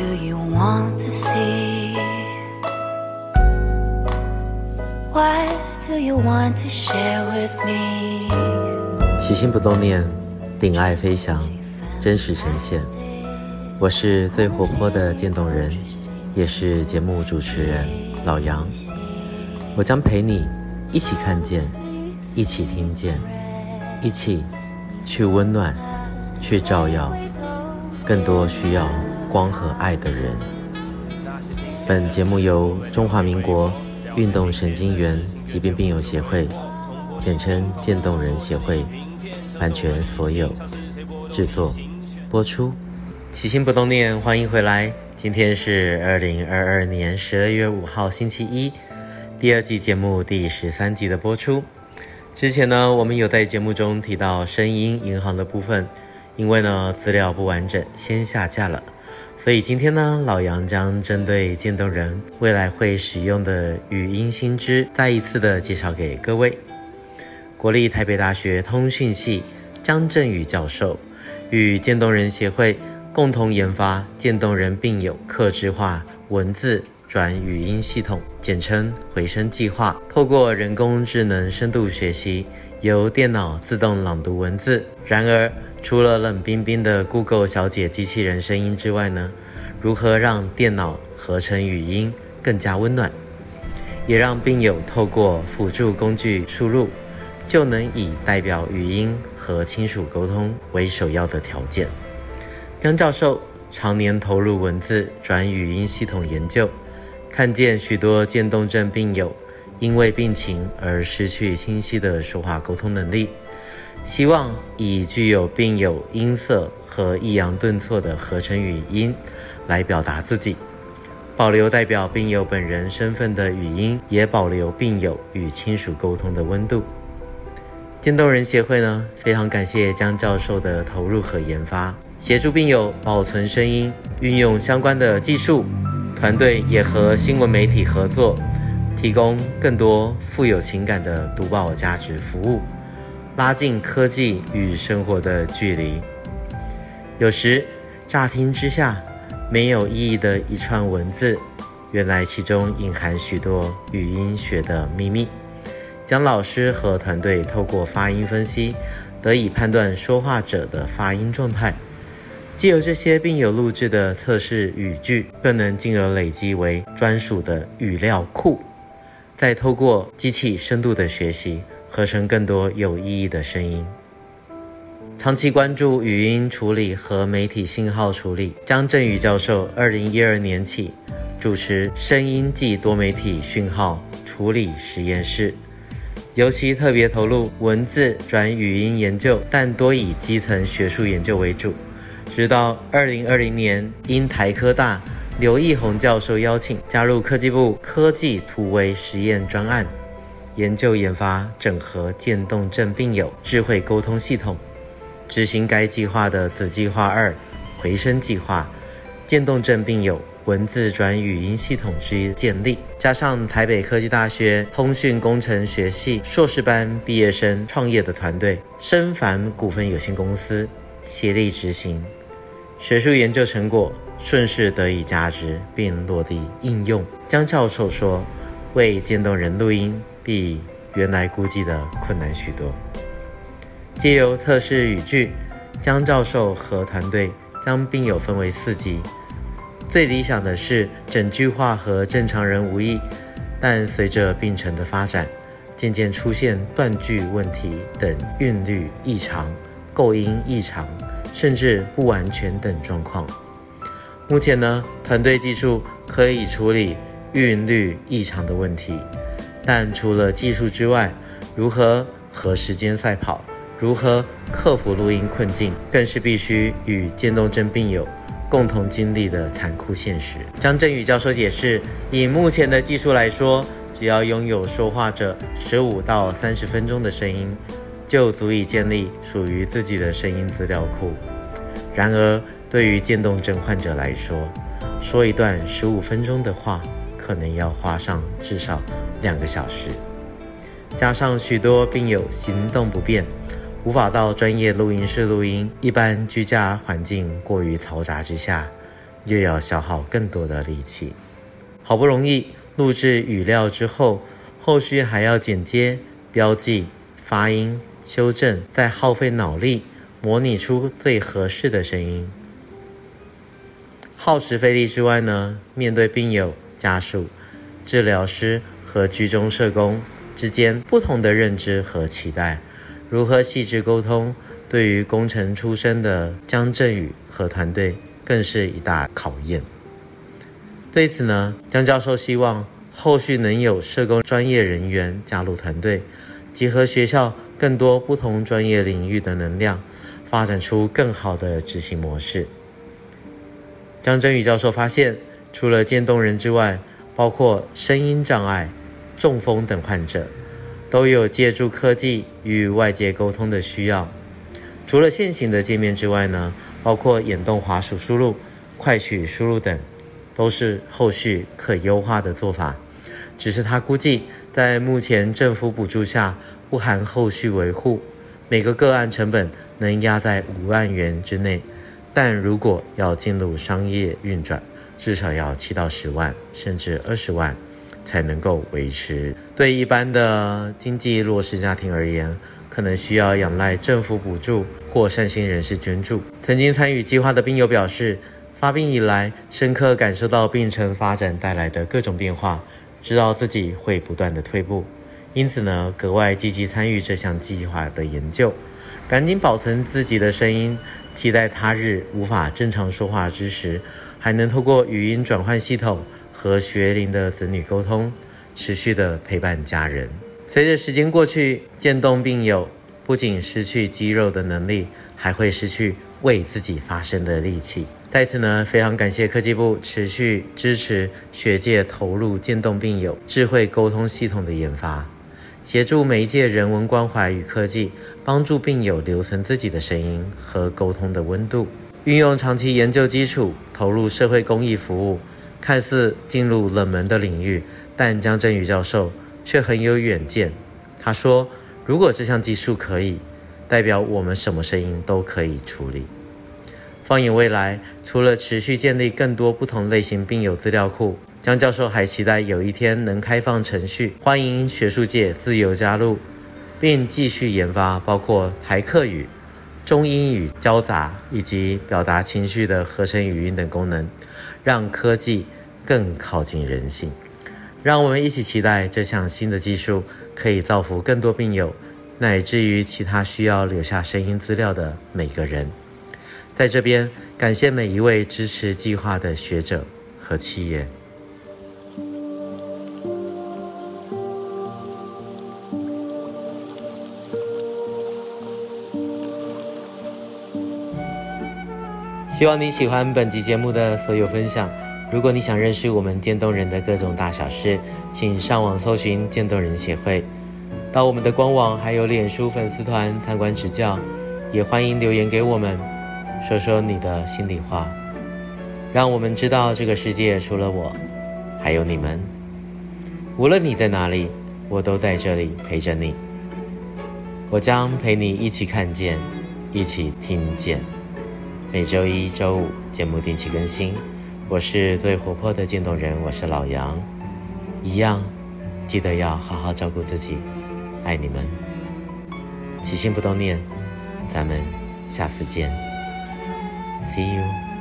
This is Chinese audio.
do you want to see? What do you want to share with me? 起心不动念，顶爱飞翔，真实呈现。我是最活泼的渐冻人，也是节目主持人老杨。我将陪你一起看见，一起听见，一起去温暖，去照耀更多需要光和爱的人。本节目由中华民国运动神经元疾病病友协会，简称渐冻人协会，版权所有，制作播出。起心不动念，欢迎回来。今天是2022年12月5号星期一，第二季节目第13集的播出。之前呢，我们有在节目中提到声音银行的部分，因为呢资料不完整，先下架了。所以今天呢，老杨将针对渐冻人未来会使用的语音新知，再一次的介绍给各位。国立台北大学通讯系江振宇教授与渐冻人协会共同研发渐冻人病友客制化文字转语音系统，简称回声计划。透过人工智能深度学习，由电脑自动朗读文字。然而除了冷冰冰的 Google 小姐机器人声音之外呢，如何让电脑合成语音更加温暖，也让病友透过辅助工具输入，就能以代表语音和亲属沟通为首要的条件。江教授常年投入文字转语音系统研究，看见许多渐冻症病友因为病情而失去清晰的说话沟通能力，希望以具有病友音色和抑扬顿挫的合成语音来表达自己，保留代表病友本人身份的语音，也保留病友与亲属沟通的温度。渐冻人协会呢，非常感谢江教授的投入和研发，协助病友保存声音，运用相关的技术，团队也和新闻媒体合作，提供更多富有情感的读报价值服务，拉近科技与生活的距离。有时乍听之下没有意义的一串文字，原来其中隐含许多语音学的秘密。江老师和团队透过发音分析，得以判断说话者的发音状态，藉由这些病友录制的测试语句，更能进而累积为专属的语料库，再透过机器深度的学习，合成更多有意义的声音。长期关注语音处理和媒体信号处理，江振宇教授2012年起主持声音暨多媒体讯号处理实验室，尤其特别投入文字转语音研究，但多以基层学术研究为主。直到2020年，因台科大刘义宏教授邀请，加入科技部科技突围实验专案，研究研发整合渐冻症病友智慧沟通系统。执行该计划的子计划2回声计划，渐冻症病友文字转语音系统之建立，加上台北科技大学通讯工程学系硕士班毕业生创业的团队深凡股份有限公司协力执行，学术研究成果顺势得以加值并落地应用。江教授说，为渐冻人录音比原来估计的困难许多。藉由测试语句，江教授和团队将病友分为4级，最理想的是整句话和正常人无异，但随着病程的发展，渐渐出现断句问题等韵律异常、构音异常，甚至不完全等状况。目前呢，团队技术可以处理韵律异常的问题，但除了技术之外，如何和时间赛跑，如何克服录音困境，更是必须与渐冻症病友共同经历的残酷现实。张振宇教授解释，以目前的技术来说，只要拥有说话者15到30分钟的声音，就足以建立属于自己的声音资料库。然而，对于渐冻症患者来说，说一段15分钟的话，可能要花上至少2个小时。加上许多病友行动不便，无法到专业录音室录音，一般居家环境过于嘈杂之下， 又要消耗更多的力气。好不容易录制语料之后，后续还要剪接、标记、发音、修正，再耗费脑力模拟出最合适的声音。耗时费力之外呢，面对病友、家属、治疗师和居中社工之间不同的认知和期待，如何细致沟通，对于工程出身的江振宇和团队更是一大考验。对此呢，江教授希望后续能有社工专业人员加入团队，结合学校更多不同专业领域的能量，发展出更好的执行模式。江振宇教授发现，除了渐冻人之外，包括声音障碍、中风等患者，都有借助科技与外界沟通的需要。除了现行的界面之外呢，包括眼动滑鼠输入、快取输入等，都是后续可优化的做法。只是他估计，在目前政府补助下，不含后续维护，每个个案成本能压在5万元之内。但如果要进入商业运转，至少要7到10万，甚至20万才能够维持。对一般的经济弱势家庭而言，可能需要仰赖政府补助或善心人士捐助。曾经参与计划的病友表示，发病以来深刻感受到病程发展带来的各种变化，知道自己会不断的退步，因此呢，格外积极参与这项计划的研究，赶紧保存自己的声音，期待他日无法正常说话之时，还能透过语音转换系统和学龄的子女沟通，持续的陪伴家人。随着时间过去，渐冻病友不仅失去肌肉的能力，还会失去为自己发声的力气。在此呢，非常感谢科技部持续支持学界投入渐冻病友智慧沟通系统的研发，协助媒介人文关怀与科技，帮助病友留存自己的声音和沟通的温度。运用长期研究基础，投入社会公益服务，看似进入冷门的领域，但江振宇教授却很有远见。他说，如果这项技术可以，代表我们什么声音都可以处理。放眼未来，除了持续建立更多不同类型病友资料库，江教授还期待有一天能开放程序，欢迎学术界自由加入，并继续研发包括台客语、中英语交杂以及表达情绪的合成语音等功能，让科技更靠近人性。让我们一起期待这项新的技术可以造福更多病友，乃至于其他需要留下声音资料的每个人。在这边，感谢每一位支持计划的学者和企业。希望你喜欢本集节目的所有分享。如果你想认识我们渐冻人的各种大小事，请上网搜寻渐冻人协会，到我们的官网还有脸书粉丝团参观指教，也欢迎留言给我们，说说你的心里话，让我们知道这个世界除了我，还有你们。无论你在哪里，我都在这里陪着你。我将陪你一起看见，一起听见。每周一、周五节目定期更新。我是最活泼的渐冻人，我是老杨。一样，记得要好好照顾自己，爱你们。起心不动念，咱们下次见。See you.